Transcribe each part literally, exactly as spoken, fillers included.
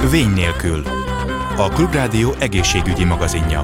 Vény nélkül. A Klubrádió egészségügyi magazinja.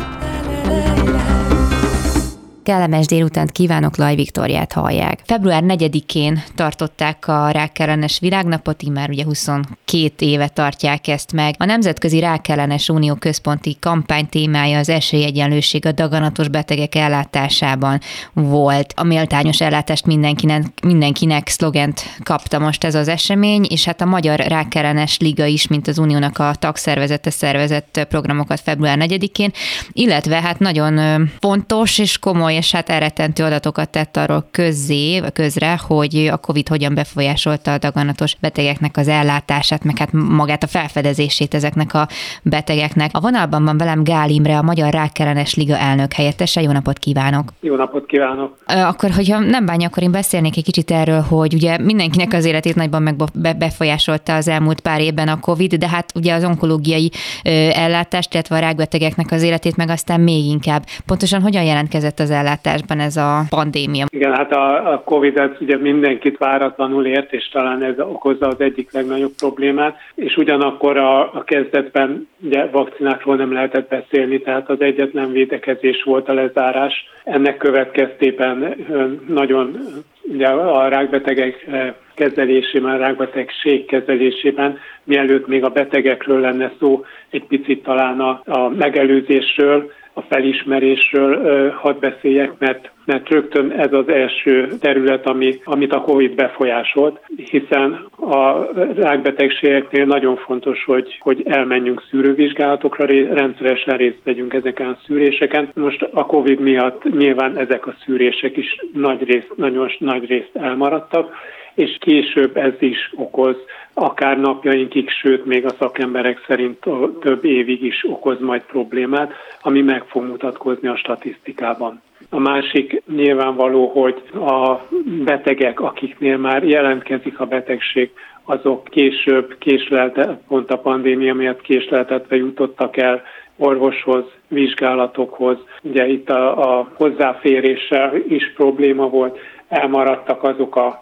Kellemes délutánt kívánok, Laj Viktóriát hallják. február negyedikén tartották a rákellenes világnapot, immár ugye huszonkét éve tartják ezt meg. A Nemzetközi Rákellenes Unió központi kampány témája az esélyegyenlőség a daganatos betegek ellátásában volt. A méltányos ellátást mindenkinek, mindenkinek szlogent kapta most ez az esemény, és hát a Magyar Rákellenes Liga is, mint az Uniónak a tagszervezete szervezett programokat február negyedikén, illetve hát nagyon fontos és komoly és hát elrettentő adatokat tett arról közzé, közre, hogy a Covid hogyan befolyásolta a daganatos betegeknek az ellátását, meg hát magát a felfedezését ezeknek a betegeknek. A vonalban van velem Gál Imre, a Magyar Rákellenes Liga elnök helyettese. Jó napot kívánok! Jó napot kívánok! Akkor, hogyha nem bánja, akkor én beszélnék egy kicsit erről, hogy ugye mindenkinek az életét nagyban meg befolyásolta az elmúlt pár évben a Covid, de hát ugye az onkológiai ellátást, illetve a rákbetegeknek az életét meg aztán még inkább. Pontosan hogyan jelentkezett az ellátásban ez a pandémia? Igen, hát a, a Covid ez ugye mindenkit váratlanul ért, és talán ez okozza az egyik legnagyobb problémát, és ugyanakkor a, a kezdetben ugye vakcinákról nem lehetett beszélni, tehát az egyetlen védekezés volt a lezárás. Ennek következtében nagyon ugye a rákbetegek kezelésében, a rákbetegség kezelésében, mielőtt még a betegekről lenne szó, egy picit talán a, a megelőzésről, a felismerésről hadd beszéljek, mert, mert rögtön ez az első terület, ami, amit a Covid befolyásolt, hiszen a rákbetegségeknél nagyon fontos, hogy, hogy elmenjünk szűrővizsgálatokra, rendszeresen részt vegyünk ezeken a szűréseken. Most a Covid miatt nyilván ezek a szűrések is nagy részt, nagyon nagy részt elmaradtak, és később ez is okoz, akár napjainkig, sőt még a szakemberek szerint több évig is okoz majd problémát, ami meg fog mutatkozni a statisztikában. A másik nyilvánvaló, hogy a betegek, akiknél már jelentkezik a betegség, azok később, késleltetve, pont a pandémia miatt késleltetve jutottak el orvoshoz, vizsgálatokhoz. Ugye itt a, a hozzáféréssel is probléma volt, elmaradtak azok a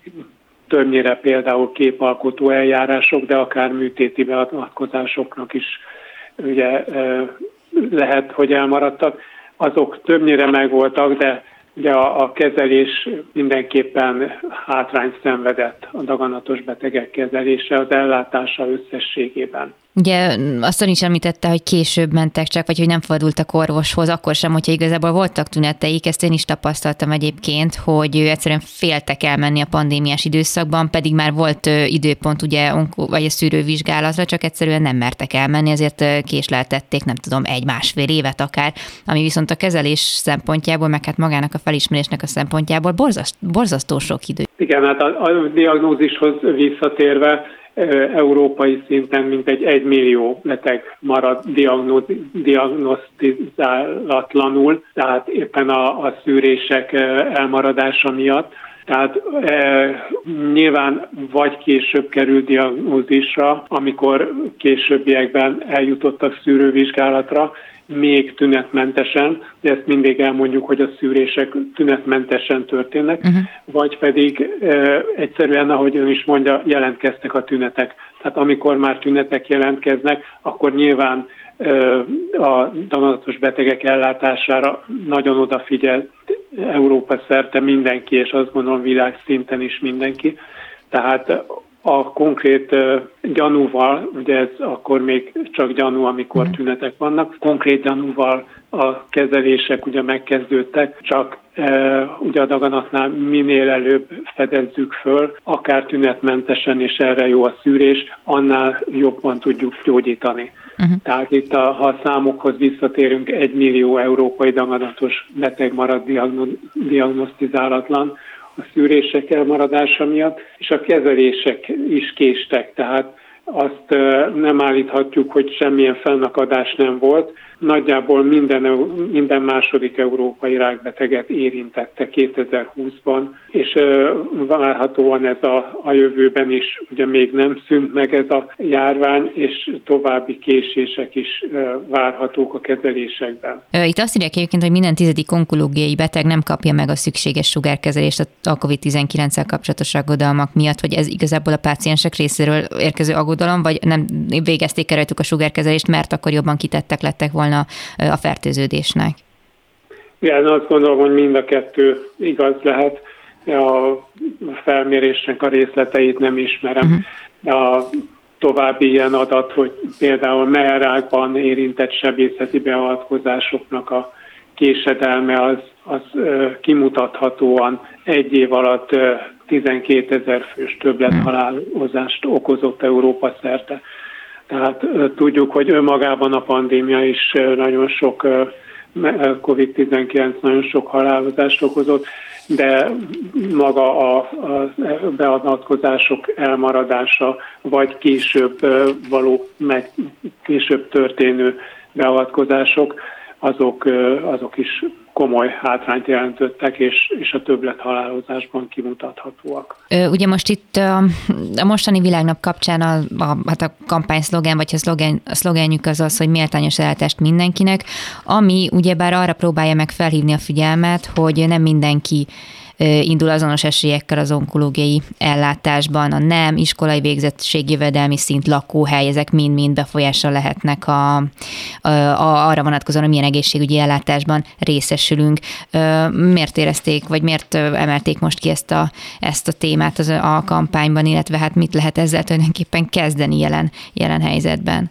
többnyire például képalkotó eljárások, de akár műtéti beavatkozásoknak is ugye lehet, hogy elmaradtak. Azok többnyire megvoltak, de ugye a, a kezelés mindenképpen hátrányt szenvedett, a daganatos betegek kezelése, az ellátása összességében. Ugye azt is említette, hogy később mentek csak, vagy hogy nem fordultak orvoshoz, akkor sem, hogyha igazából voltak tüneteik, ezt én is tapasztaltam egyébként, hogy egyszerűen féltek elmenni a pandémiás időszakban, pedig már volt időpont ugye vagy a szűrővizsgálatra, csak egyszerűen nem mertek elmenni, ezért késleltették, nem tudom, egy-másfél évet akár, ami viszont a kezelés szempontjából, meg hát magának a felismerésnek a szempontjából borzaszt, borzasztó sok idő. Igen, hát a, a diagnózishoz visszatérve, európai szinten mintegy egy millió beteg marad diagnosztizálatlanul, tehát éppen a, a szűrések elmaradása miatt. Tehát e, nyilván vagy később kerül diagnózisra, amikor későbbiekben eljutottak szűrővizsgálatra, még tünetmentesen, de ezt mindig elmondjuk, hogy a szűrések tünetmentesen történnek, uh-huh. vagy pedig e, egyszerűen, ahogy ön is mondja, jelentkeztek a tünetek. Tehát amikor már tünetek jelentkeznek, akkor nyilván e, a daganatos betegek ellátására nagyon odafigyel Európa szerte mindenki, és azt gondolom világszinten is mindenki. Tehát a konkrét uh, gyanúval, ugye ez akkor még csak gyanú, amikor mm. tünetek vannak, konkrét gyanúval a kezelések ugye megkezdődtek, csak uh, ugye a daganatnál minél előbb fedezzük föl, akár tünetmentesen, és erre jó a szűrés, annál jobban tudjuk gyógyítani. Uh-huh. Tehát itt, a, ha a számokhoz visszatérünk, egy millió európai daganatos beteg marad diagno- diagnosztizálatlan a szűrések elmaradása miatt, és a kezelések is késtek, tehát azt nem állíthatjuk, hogy semmilyen fennakadás nem volt. Nagyjából minden, minden második európai rákbeteget érintette kétezer-húszban, és várhatóan ez a, a jövőben is ugye még nem szűnt meg ez a járvány, és további késések is várhatók a kezelésekben. Itt azt írják egyébként, hogy minden tizedik onkológiai beteg nem kapja meg a szükséges sugárkezelést a kovid tizenkilenccel kapcsolatos aggodalmak miatt, hogy ez igazából a páciensek részéről érkező aggodalmak aggodalom, vagy nem végezték el rajtuk a sugárkezelést, mert akkor jobban kitettek lettek volna a fertőződésnek? Igen, azt gondolom, hogy mind a kettő igaz lehet. A felmérésnek a részleteit nem ismerem. Uh-huh. A további ilyen adat, hogy például mellrákban érintett sebészeti beavatkozásoknak a késedelme az, az kimutathatóan egy év alatt tizenkétezer fős többlethalálozást okozott Európa szerte. Tehát tudjuk, hogy önmagában a pandémia is nagyon sok kovid tizenkilenc nagyon sok halálozást okozott, de maga a, a beavatkozások elmaradása, vagy később való, meg később történő beavatkozások, azok, azok is komoly hátrányt jelentettek, és, és a többlethalálozásban kimutathatóak. Ugye most itt a, a mostani világnap kapcsán a, a, hát a kampány szlogán, vagy a, szlogán, a szlogánjuk az az, hogy méltányos ellátást mindenkinek, ami ugyebár arra próbálja meg felhívni a figyelmet, hogy nem mindenki indul azonos esélyekkel az onkológiai ellátásban, a nem, iskolai végzettség, jövedelmi szint, lakóhely, ezek mind-mind befolyással lehetnek a, a, a, arra vonatkozóan, hogy milyen egészségügyi ellátásban részesülünk. Miért érezték, vagy miért emelték most ki ezt a, ezt a témát az, a kampányban, illetve hát mit lehet ezzel tulajdonképpen kezdeni jelen, jelen helyzetben?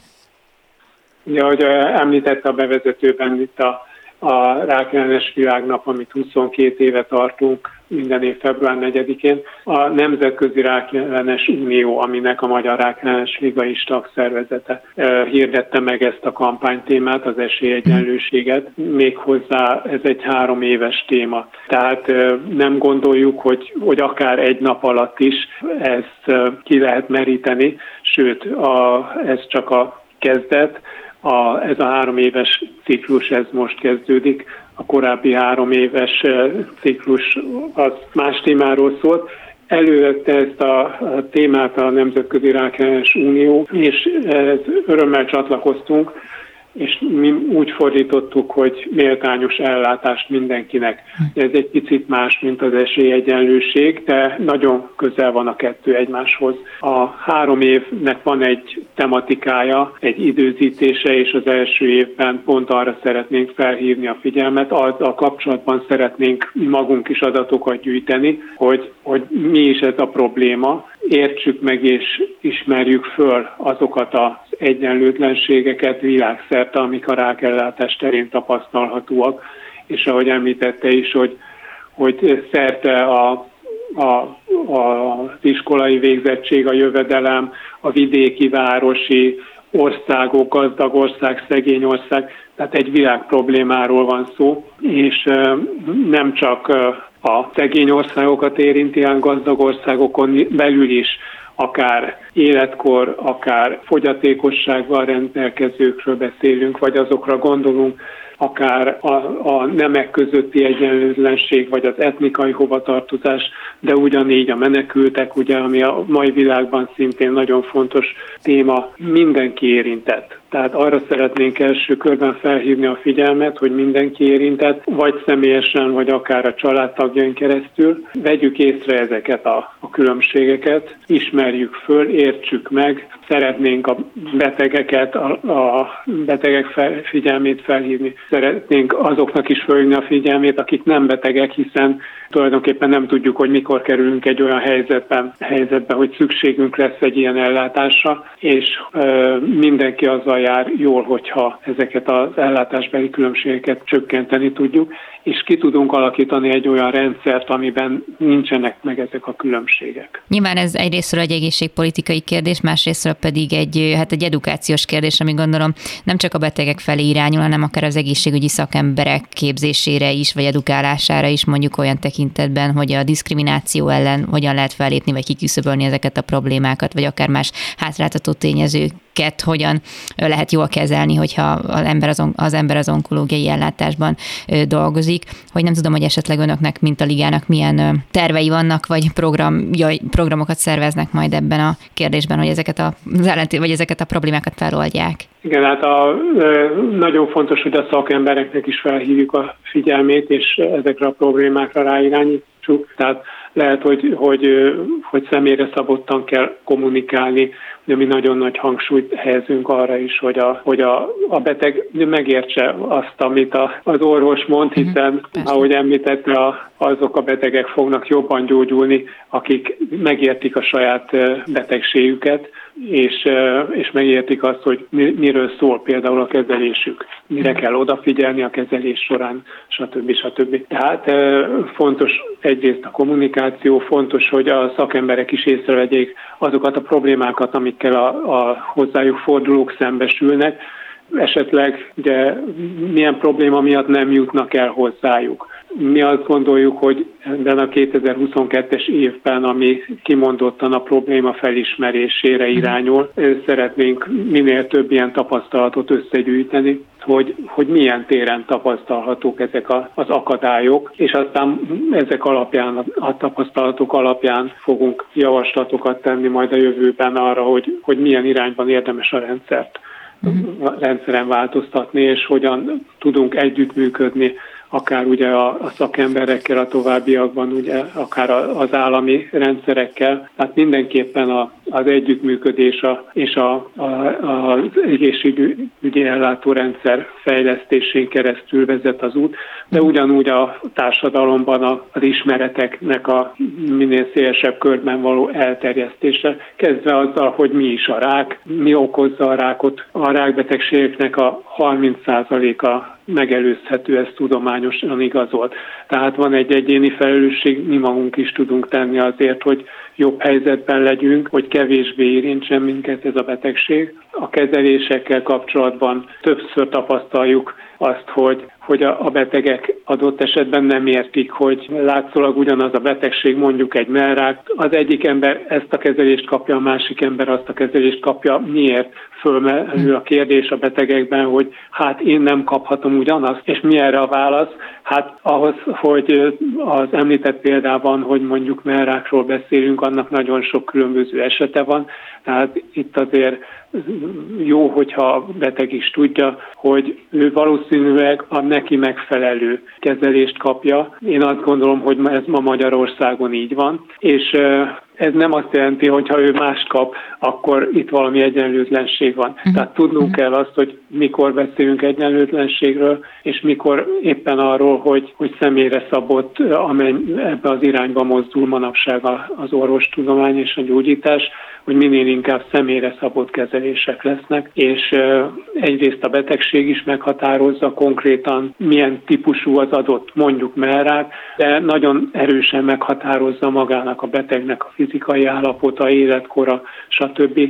Ja, hogy említette a bevezetőben itt a a rákellenes világnap, amit huszonkét éve tartunk minden év február negyedikén. A Nemzetközi Rákellenes Unió, aminek a Magyar Rákellenes Liga is tagszervezete, hirdette meg ezt a kampánytémát, az esélyegyenlőséget. Méghozzá ez egy három éves téma. Tehát nem gondoljuk, hogy, hogy akár egy nap alatt is ezt ki lehet meríteni, sőt, a, ez csak a kezdet. A, ez a három éves ciklus, ez most kezdődik. A korábbi három éves ciklus az más témáról szólt. Elővette ezt a témát a Nemzetközi Rákellenes Unió, és örömmel csatlakoztunk, és mi úgy fordítottuk, hogy méltányos ellátást mindenkinek. Ez egy picit más, mint az esélyegyenlőség, de nagyon közel van a kettő egymáshoz. A három évnek van egy tematikája, egy időzítése, és az első évben pont arra szeretnénk felhívni a figyelmet, azzal kapcsolatban szeretnénk magunk is adatokat gyűjteni, hogy, hogy mi is ez a probléma, értsük meg és ismerjük föl azokat az egyenlőtlenségeket világszerte, amik a rákellátás terén tapasztalhatóak, és ahogy említette is, hogy, hogy szerte a, a, a, az iskolai végzettség, a jövedelem, a vidéki, városi országok, gazdag ország, szegény ország, tehát egy világ problémáról van szó, és nem csak a szegény országokat érinti, hanem gazdag országokon belül is, akár életkor, akár fogyatékossággal rendelkezőkről beszélünk, vagy azokra gondolunk, akár a, a nemek közötti egyenlőtlenség, vagy az etnikai hovatartozás, de ugyanígy a menekültek, ugye, ami a mai világban szintén nagyon fontos téma, mindenki érintett. Tehát arra szeretnénk első körben felhívni a figyelmet, hogy mindenki érintett, vagy személyesen, vagy akár a családtagjain keresztül. Vegyük észre ezeket a, a különbségeket, ismerjük föl, értsük meg, szeretnénk a betegeket, a, a betegek fel, figyelmét felhívni, szeretnénk azoknak is felhívni a figyelmét, akik nem betegek, hiszen tulajdonképpen nem tudjuk, hogy mikor kerülünk egy olyan helyzetben, helyzetben hogy szükségünk lesz egy ilyen ellátásra, és ö, mindenki azzal jár jól, hogyha ezeket az ellátásbeli különbségeket csökkenteni tudjuk, és ki tudunk alakítani egy olyan rendszert, amiben nincsenek meg ezek a különbségek. Nyilván ez egyrészről egy egészségpolitikai kérdés, másrészről pedig egy, hát egy edukációs kérdés, ami gondolom nem csak a betegek felé irányul, hanem akár az egészségügyi szakemberek képzésére is, vagy edukálására is, mondjuk olyan tekintetben, hogy a diszkrimináció ellen hogyan lehet fellépni, vagy kiküszöbölni ezeket a problémákat, vagy akár más hátráltató tényezőket hogyan lehet jól kezelni, hogyha az ember az, on- az, ember az onkológiai ellátásban dolgozik, hogy nem tudom, hogy esetleg önöknek, mint a ligának milyen tervei vannak, vagy program, jaj, programokat szerveznek majd ebben a kérdésben, hogy ezeket a, vagy ezeket a problémákat feloldják. Igen, hát a, nagyon fontos, hogy a szakembereknek is felhívjuk a figyelmét, és ezekre a problémákra ráirányítsuk. Tehát lehet, hogy, hogy, hogy személyre szabottan kell kommunikálni, de mi nagyon nagy hangsúlyt helyezünk arra is, hogy a, hogy a, a beteg megértse azt, amit a, az orvos mond, hiszen, Persze. ahogy említette, a, azok a betegek fognak jobban gyógyulni, akik megértik a saját betegségüket, és, és megértik azt, hogy miről szól például a kezelésük, mire kell odafigyelni a kezelés során, stb. stb. Tehát fontos egyrészt a kommunikáció, fontos, hogy a szakemberek is észrevegyék azokat a problémákat, amikkel a, a hozzájuk fordulók szembesülnek, esetleg ugye milyen probléma miatt nem jutnak el hozzájuk. Mi azt gondoljuk, hogy ebben a kétezer-huszonkettes évben, ami kimondottan a probléma felismerésére irányul, szeretnénk minél több ilyen tapasztalatot összegyűjteni, hogy, hogy milyen téren tapasztalhatók ezek a, az akadályok, és aztán ezek alapján, a tapasztalatok alapján fogunk javaslatokat tenni majd a jövőben arra, hogy, hogy milyen irányban érdemes a rendszert, a rendszeren változtatni, és hogyan tudunk együttműködni akár ugye a, a szakemberekkel a továbbiakban, ugye akár az állami rendszerekkel. Tehát mindenképpen a, az együttműködés a, és a, a, az egészségügyi ellátórendszer fejlesztésén keresztül vezet az út, de ugyanúgy a társadalomban a, az ismereteknek a minél szélesebb körben való elterjesztése, kezdve azzal, hogy mi is a rák, mi okozza a rákot. A rákbetegségeknek a harminc százaléka megelőzhető, ez tudományosan igazolt. Tehát van egy egyéni felelősség, mi magunk is tudunk tenni azért, hogy jobb helyzetben legyünk, hogy kevésbé érintsen minket ez a betegség. A kezelésekkel kapcsolatban többször tapasztaljuk azt, hogy, hogy a, a betegek adott esetben nem értik, hogy látszólag ugyanaz a betegség, mondjuk egy mellrák, az egyik ember ezt a kezelést kapja, a másik ember azt a kezelést kapja. Miért? Fölmerül a kérdés a betegekben, hogy hát én nem kaphatom ugyanazt, és mi erre a válasz? Hát ahhoz, hogy az említett példában, hogy mondjuk mellrákról beszélünk, annak nagyon sok különböző esete van, tehát itt azért jó, hogyha a beteg is tudja, hogy ő valószínűleg a neki megfelelő kezelést kapja. Én azt gondolom, hogy ez ma Magyarországon így van, és ez nem azt jelenti, hogy ha ő mást kap, akkor itt valami egyenlőtlenség van. Uh-huh. Tehát tudnunk kell azt, hogy mikor beszélünk egyenlőtlenségről, és mikor éppen arról, hogy, hogy személyre szabott, amely ebbe az irányba mozdul manapság az orvostudomány és a gyógyítás, hogy minél inkább személyre szabott kezelések lesznek, és egyrészt a betegség is meghatározza konkrétan, milyen típusú az adott, mondjuk mellrák, de nagyon erősen meghatározza magának a betegnek a fizikai állapota, életkora, stb.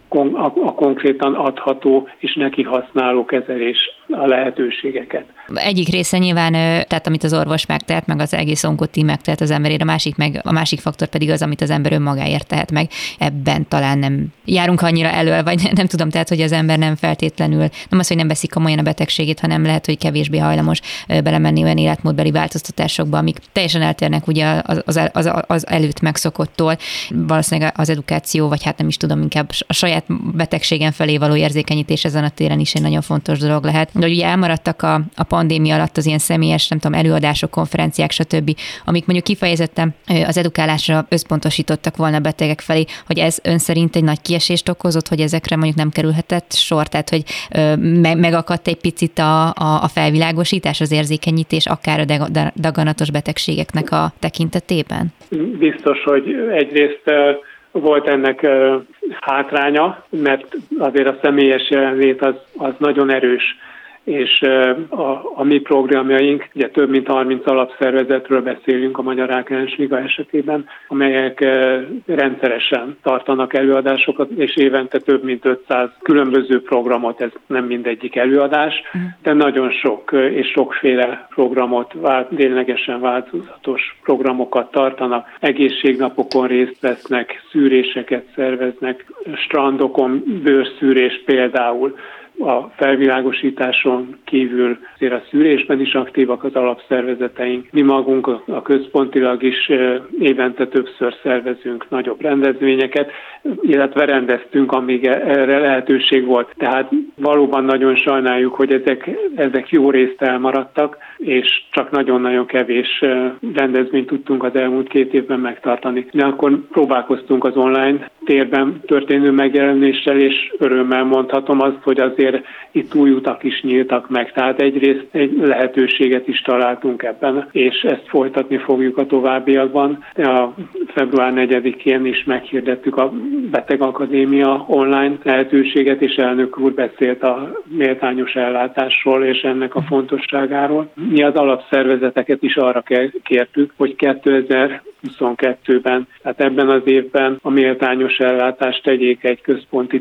A konkrétan adható és neki használó kezelés a lehetőségeket. Egyik része nyilván, tehát amit az orvos megtehet, meg az egész onkotím megtehet az emberért, a másik, meg, a másik faktor pedig az, amit az ember önmagáért tehet meg. Ebben talán nem járunk annyira elől, vagy nem tudom, tehát, hogy az ember nem feltétlenül, nem az, hogy nem veszik komolyan a betegségét, hanem lehet, hogy kevésbé hajlamos belemenni olyan életmódbeli változtatásokba, amik teljesen eltérnek ugye az, az, az, az előtt megszokottól. Valószínűleg az edukáció, vagy hát nem is tudom, inkább a saját betegségen felé való érzékenyítés ezen a téren is egy nagyon fontos dolog lehet. De ugye elmaradtak a, a pandémia alatt az ilyen személyes, nem tudom, előadások, konferenciák, stb., amik mondjuk kifejezetten az edukálásra összpontosítottak volna a betegek felé, hogy ez ön szerint egy nagy kiesést okozott, hogy ezekre mondjuk nem kerülhetett sor, tehát hogy me- megakadt egy picit a, a, a felvilágosítás, az érzékenyítés, akár a daganatos betegségeknek a tekintetében? Biztos, hogy egyrészt volt ennek hátránya, mert azért a személyes jelenlét az, az nagyon erős, és a, a mi programjaink, ugye több mint harminc alapszervezetről beszélünk a Magyar Rákellenes Liga esetében, amelyek rendszeresen tartanak előadásokat, és évente több mint ötszáz különböző programot, ez nem mindegyik előadás, de nagyon sok és sokféle programot, ténylegesen változatos programokat tartanak, egészségnapokon részt vesznek, szűréseket szerveznek, strandokon bőrszűrés például. a felvilágosításon kívül azért a szűrésben is aktívak az alapszervezeteink. Mi magunk a központilag is évente többször szervezünk nagyobb rendezvényeket, illetve rendeztünk, amíg erre lehetőség volt. Tehát valóban nagyon sajnáljuk, hogy ezek, ezek jó részt elmaradtak, és csak nagyon-nagyon kevés rendezvényt tudtunk az elmúlt két évben megtartani. De akkor próbálkoztunk az online térben történő megjelenéssel, és örömmel mondhatom azt, hogy azért itt új utak is nyíltak meg. Tehát egyrészt egy lehetőséget is találtunk ebben, és ezt folytatni fogjuk a továbbiakban. A február negyedikén is meghirdettük a Beteg Akadémia online lehetőséget, és elnök úr beszélt a méltányos ellátásról és ennek a fontosságáról. Mi az alapszervezeteket is arra kértük, hogy kétezer-huszonkettőben, tehát ebben az évben a méltányos ellátást tegyék egy központi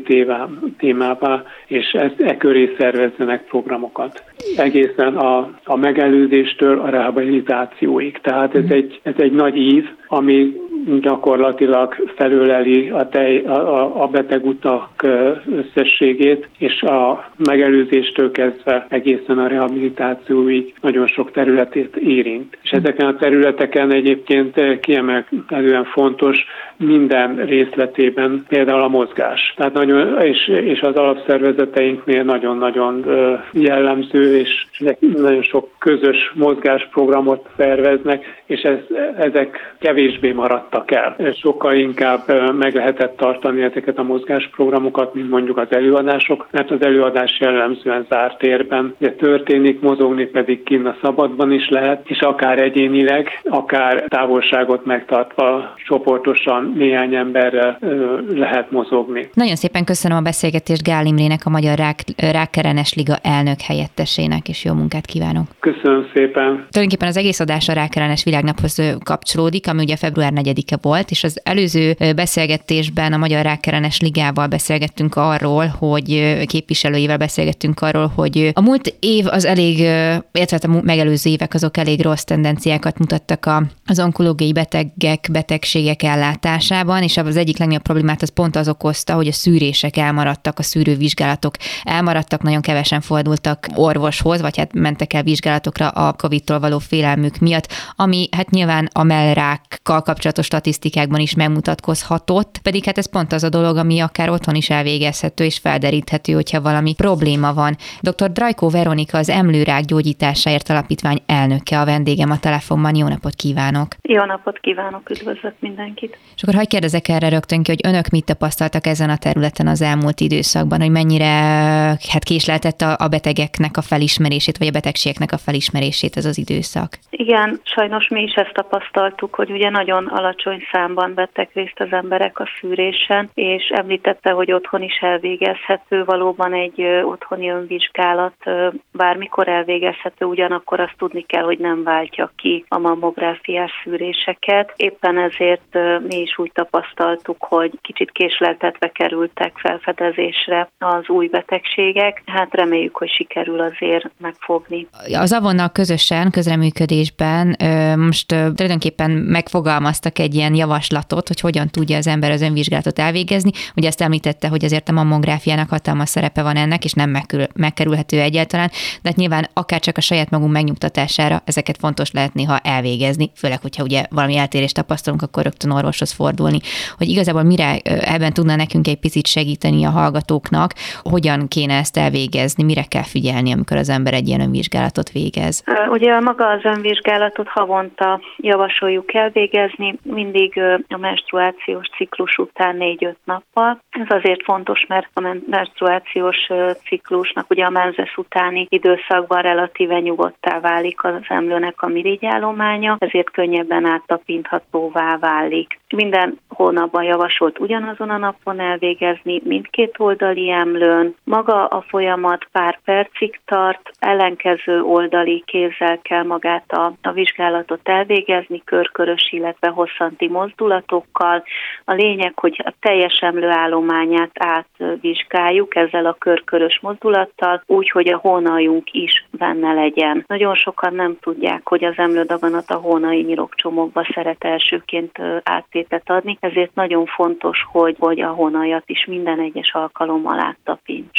témává, és ezt e köré szervezzenek programokat. Egészen a, a megelőzéstől a rehabilitációig. Tehát ez egy, ez egy nagy ív, ami gyakorlatilag felöleli a, tej, a, a betegutak összességét, és a megelőzéstől kezdve egészen a rehabilitációig nagyon sok területét érint. És ezeken a területeken egyébként kiemelkedően fontos minden részletében például a mozgás. Tehát nagyon, és, és az alapszervezeteinknél nagyon-nagyon jellemző, és nagyon sok közös mozgásprogramot szerveznek, és ez, ezek kevésbé maradtak el. Sokkal inkább meg lehetett tartani ezeket a mozgásprogramokat, mint mondjuk az előadások, mert az előadás jellemzően zárt térben de történik, mozogni pedig kinn a szabadban is lehet, és akár egyénileg, akár távolságot megtartva csoportosan néhány emberrel lehet mozogni. Nagyon szépen köszönöm a beszélgetést Gál Imrének, a Magyar Rák, Rákellenes Liga elnök helyettesének, és jó munkát kívánok. Köszönöm szépen. Tulajdonképpen az egész adás a Rákellenes Világnaphoz kapcsolódik, ami ugye február negyedike volt, és az előző beszélgetésben a Magyar Rákellenes Ligával beszélgettünk arról, hogy képviselőivel beszélgettünk arról, hogy a múlt év az elég, illetve a megelőző évek azok elég rossz tendenciákat mutattak az onkológiai betegek, betegségek ellátásában, és az egyik legnagyobb problémát az pont az okozta, hogy a szűrések elmaradtak, a szűrővizsgálatok elmaradtak, nagyon kevesen fordultak orvoshoz, vagy hát mentek el vizsgálatokra a Covid-tól való félelmük miatt, ami hát nyilván a mellrákkal kapcsolatos statisztikákban is megmutatkozhatott, pedig hát ez pont az a dolog, ami akár otthon is elvégezhető és felderíthető, hogyha valami probléma van. doktor Drajkó Veronika, az Emlőrák Gyógyításáért Alapítvány elnöke a vendégem a telefonban. Jó napot kívánok! Jó napot kívánok, üdvözlök mindenkit! És akkor hadd kérdezek erre rögtön ki, hogy önök mit tapasztaltak ezen a területen az elmúlt időszakban, hogy mennyire hát késleltett a, a betegeknek a felismerését, vagy a betegségeknek a felismerését ez az időszak? Igen, sajnos mi is ezt tapasztaltuk, hogy ugye nagyon alacsony számban vettek részt az emberek a szűrésen, és említette, hogy otthon is elvégezhető, valóban egy otthoni önvizsgálat bármikor elvégezhető, ugyanakkor azt tudni kell, hogy nem váltja ki a mammográfiás szűréseket. Éppen ezért mi is úgy tapasztaltuk, hogy kicsit késleltetve kerültek felfedezésre az új betegségek. Hát reméljük, hogy sikerül azért megfogni. Az Avonnal közösen, közreműködésben most tulajdonképpen megfogalmaztak egy ilyen javaslatot, hogy hogyan tudja az ember az önvizsgálatot elvégezni. Ugye azt említette, hogy azért a mammográfiának hatalmas szerepe van ennek, és nem megkerülhető egyáltalán, de hát nyilván akár csak a saját magunk megnyugtatására ezeket fontos lehet néha elvégezni, főleg, hogyha ugye valami eltérést tapasztalunk, akkor rögtön orvoshoz fordulni. Hogy igazából mire ebben tudna nekünk egy picit segíteni a hallgatóknak, hogyan kéne ezt elvégezni, mire kell figyelni, amikor az ember egy ilyen önvizsgálatot végez? Ugye maga az önvizsgálatot havonta javasoljuk elvégezni, mindig a menstruációs ciklus után négy-öt nappal. Ez azért fontos, mert a menstruációs ciklusnak ugye a menzesz utáni időszakban relatíve nyugodtá válik az emlőnek a mirigyállománya, ezért könnyebben áttapinthatóvá válik. Minden hónapban javasolt ugyanazon a napon elvégezni, mindkét oldali emlőn. Maga a folyamat pár percig tart, ellenkező oldali kézzel kell magát a, a vizsgálatot elvégezni, körkörös, illetve hosszanti mozdulatokkal. A lényeg, hogy a teljes emlőállományát átvizsgáljuk ezzel a körkörös mozdulattal, úgy, hogy a hónaljunk is benne legyen. Nagyon sokan nem tudják, hogy az emlődaganat a hónai nyirokcsomagba szeret elsőként áttétet adni, ezért nagyon fontos, hogy, hogy a hónaljat is minden egyes alkalommal áttapintsuk.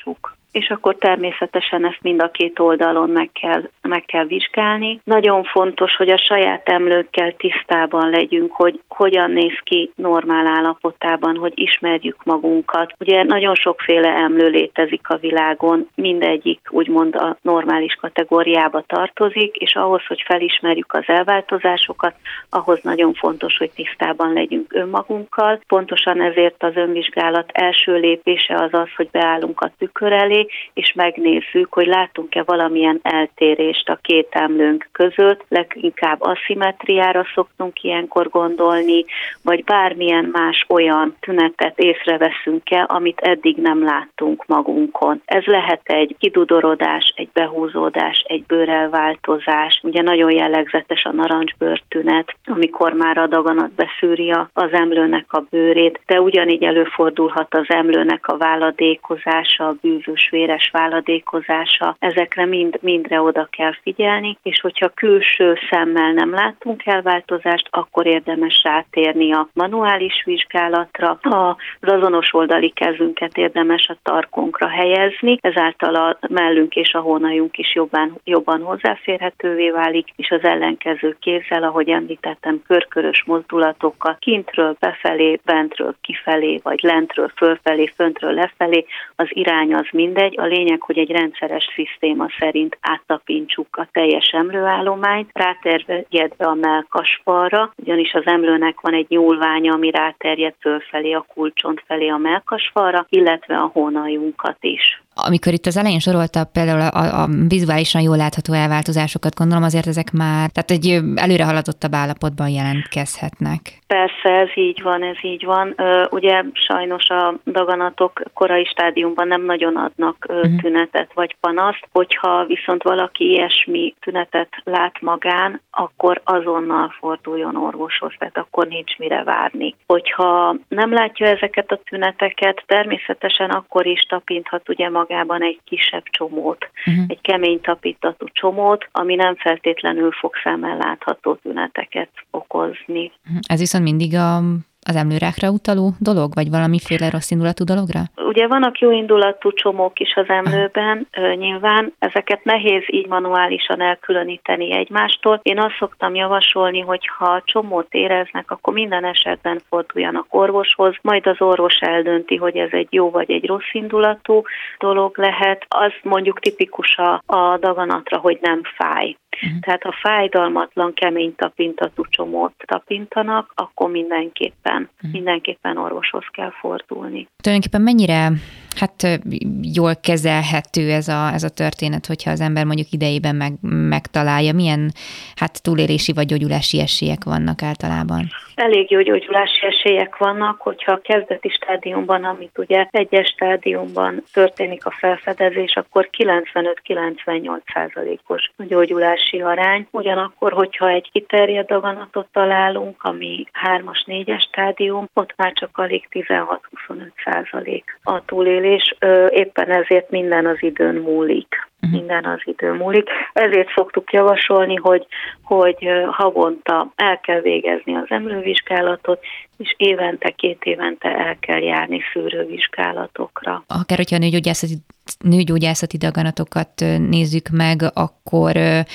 és akkor természetesen ezt mind a két oldalon meg kell, meg kell vizsgálni. Nagyon fontos, hogy a saját emlőkkel tisztában legyünk, hogy hogyan néz ki normál állapotában, hogy ismerjük magunkat. Ugye nagyon sokféle emlő létezik a világon, mindegyik úgymond a normális kategóriába tartozik, és ahhoz, hogy felismerjük az elváltozásokat, ahhoz nagyon fontos, hogy tisztában legyünk önmagunkkal. Pontosan ezért az önvizsgálat első lépése az az, hogy beállunk a tükör elé, és megnézzük, hogy látunk-e valamilyen eltérést a két emlőnk között, leginkább aszimmetriára szoktunk ilyenkor gondolni, vagy bármilyen más olyan tünetet észreveszünk-e, amit eddig nem láttunk magunkon. Ez lehet egy kidudorodás, egy behúzódás, egy bőrelváltozás. Ugye nagyon jellegzetes a narancsbőrtünet, amikor már a daganat beszűri az emlőnek a bőrét, de ugyanígy előfordulhat az emlőnek a váladékozása, a bűvös véres váladékozása. Ezekre mind, mindre oda kell figyelni, és hogyha külső szemmel nem látunk elváltozást, akkor érdemes rátérni a manuális vizsgálatra. Az azonos oldali kezünket érdemes a tarkunkra helyezni, ezáltal a mellünk és a hónaljunk is jobban, jobban hozzáférhetővé válik, és az ellenkező kézzel, ahogy említettem, körkörös mozdulatokkal kintről befelé, bentről kifelé, vagy lentről fölfelé, föntről lefelé, az irány az mindegy, a lényeg, hogy egy rendszeres szisztéma szerint áttapintsuk a teljes emlőállományt, ráterjedve a mellkasfalra, ugyanis az emlőnek van egy nyúlványa, ami ráterjed fölfelé a kulcsont felé a mellkasfalra, illetve a hónaljunkat is. Amikor itt az elején sorolta például a, a vizuálisan jól látható elváltozásokat, gondolom azért ezek már, tehát egy előre haladottabb állapotban jelentkezhetnek. Persze, ez így van, ez így van. Ugye sajnos a daganatok korai stádiumban nem nagyon adnak uh-huh. tünetet vagy panaszt, hogyha viszont valaki ilyesmi tünetet lát magán, akkor azonnal forduljon orvoshoz, tehát akkor nincs mire várni. Hogyha nem látja ezeket a tüneteket, természetesen akkor is tapinthat ugye magában egy kisebb csomót, uh-huh. egy kemény tapintatú csomót, ami nem feltétlenül fog szemmel látható tüneteket okozni. Uh-huh. Ez viszont mindig a, az emlőrákra utaló dolog, vagy valamiféle rossz indulatú dologra? Ugye vannak jó indulatú csomók is az emlőben, uh-huh. nyilván ezeket nehéz így manuálisan elkülöníteni egymástól. Én azt szoktam javasolni, hogy ha csomót éreznek, akkor minden esetben forduljanak orvoshoz, majd az orvos eldönti, hogy ez egy jó vagy egy rossz indulatú dolog lehet. Az mondjuk tipikus a, a daganatra, hogy nem fáj. Uh-huh. Tehát ha fájdalmatlan, kemény tapintatú csomót tapintanak, akkor mindenképpen, uh-huh. mindenképpen orvoshoz kell fordulni. Tulajdonképpen mennyire hát jól kezelhető ez a, ez a történet, hogyha az ember mondjuk idejében meg, megtalálja? Milyen hát túlélési vagy gyógyulási esélyek vannak általában? Elég jó gyógyulási esélyek vannak, hogyha a kezdeti stádiumban, amit ugye egyes stádiumban történik a felfedezés, akkor kilencvenöt-kilencvennyolc százalékos a gyógyulási arány. Ugyanakkor, hogyha egy kiterjedt daganatot találunk, ami hármas, négyes stádium, ott már csak alig tizenhat-huszonöt százalék a túlélés. Éppen ezért minden az időn múlik. Uh-huh. Minden az idő múlik. Ezért szoktuk javasolni, hogy, hogy havonta el kell végezni az emlővizsgálatot, és évente, két évente el kell járni szűrővizsgálatokra. Akár, hogyha a nőgyógyászati, nőgyógyászati daganatokat nézzük meg, akkor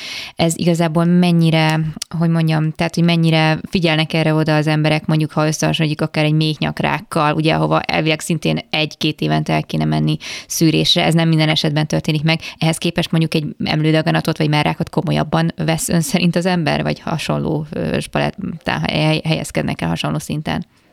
ez igazából mennyire, hogy mondjam, tehát, hogy mennyire figyelnek erre oda az emberek, mondjuk, ha összehasonlítjuk akár egy méhnyakrákkal, ugye, ahova elvileg szintén egy-két évente el kéne menni szűrésre, ez nem minden esetben történik meg. Ehhez képest mondjuk egy emlődaganatot vagy mellrákot komolyabban vesz ön szerint az ember, vagy hasonló spalettán helyezkednek el hasonló szinten?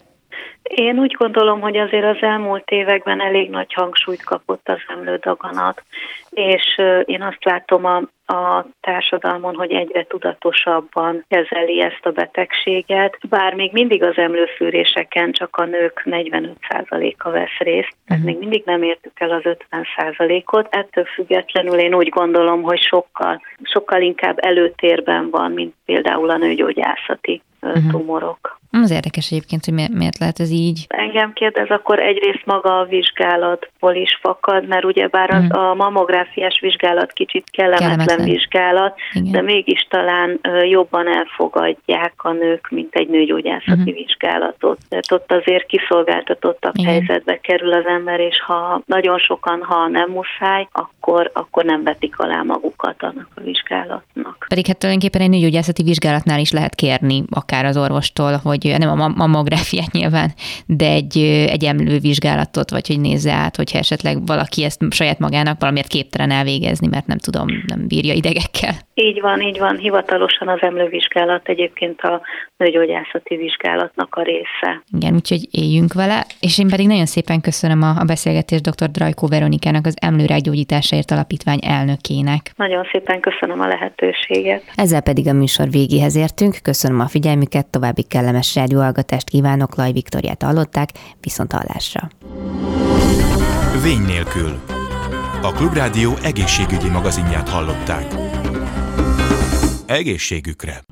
Én úgy gondolom, hogy azért az elmúlt években elég nagy hangsúlyt kapott az emlődaganat, és én azt látom a, a társadalmon, hogy egyre tudatosabban kezeli ezt a betegséget, bár még mindig az emlőszűréseken csak a nők negyvenöt százaléka vesz részt, tehát még mindig nem értük el az ötven százalékot. Ettől függetlenül én úgy gondolom, hogy sokkal, sokkal inkább előtérben van, mint például a nőgyógyászati uh-huh. tumorok. Az érdekes egyébként, hogy miért lehet ez így. Engem kérdez, akkor egyrészt maga a vizsgálatból is fakad, mert ugyebár az uh-huh. a mammográfiás vizsgálat kicsit kellemetlen, kellemetlen. vizsgálat, igen. de mégis talán jobban elfogadják a nők, mint egy nőgyógyászati uh-huh. vizsgálatot. Tehát ott azért kiszolgáltatottabb igen. helyzetbe kerül az ember, és ha nagyon sokan, ha nem muszáj, akkor, akkor nem vetik alá magukat annak a vizsgálatnak. Pedig hát tulajdonképpen egy nőgyógyászati vizsgálatnál is lehet kérni akár az orvostól, hogy nem a mammográfiát nyilván, de egy, egy emlővizsgálatot, vagy hogy nézze át, hogyha esetleg valaki ezt saját magának valamiért képtelen elvégezni, mert nem tudom, nem bírja idegekkel. Így van, így van. Hivatalosan az emlővizsgálat egyébként a nőgyógyászati vizsgálatnak a része. Igen, úgyhogy éljünk vele, és én pedig nagyon szépen köszönöm a, a beszélgetést dr. Drajkó Veronikának, az Emlőrák Gyógyításáért Alapítvány elnökének. Nagyon szépen köszönöm a lehetőséget. Ezzel pedig a műsor végéhez értünk. Köszönöm a figyelmüket, további kellemes rádióhallgatást kívánok, Laj Viktóriát hallották, viszont hallásra. Vény nélkül. A Klubrádió egészségügyi magazinját hallották. Egészségükre!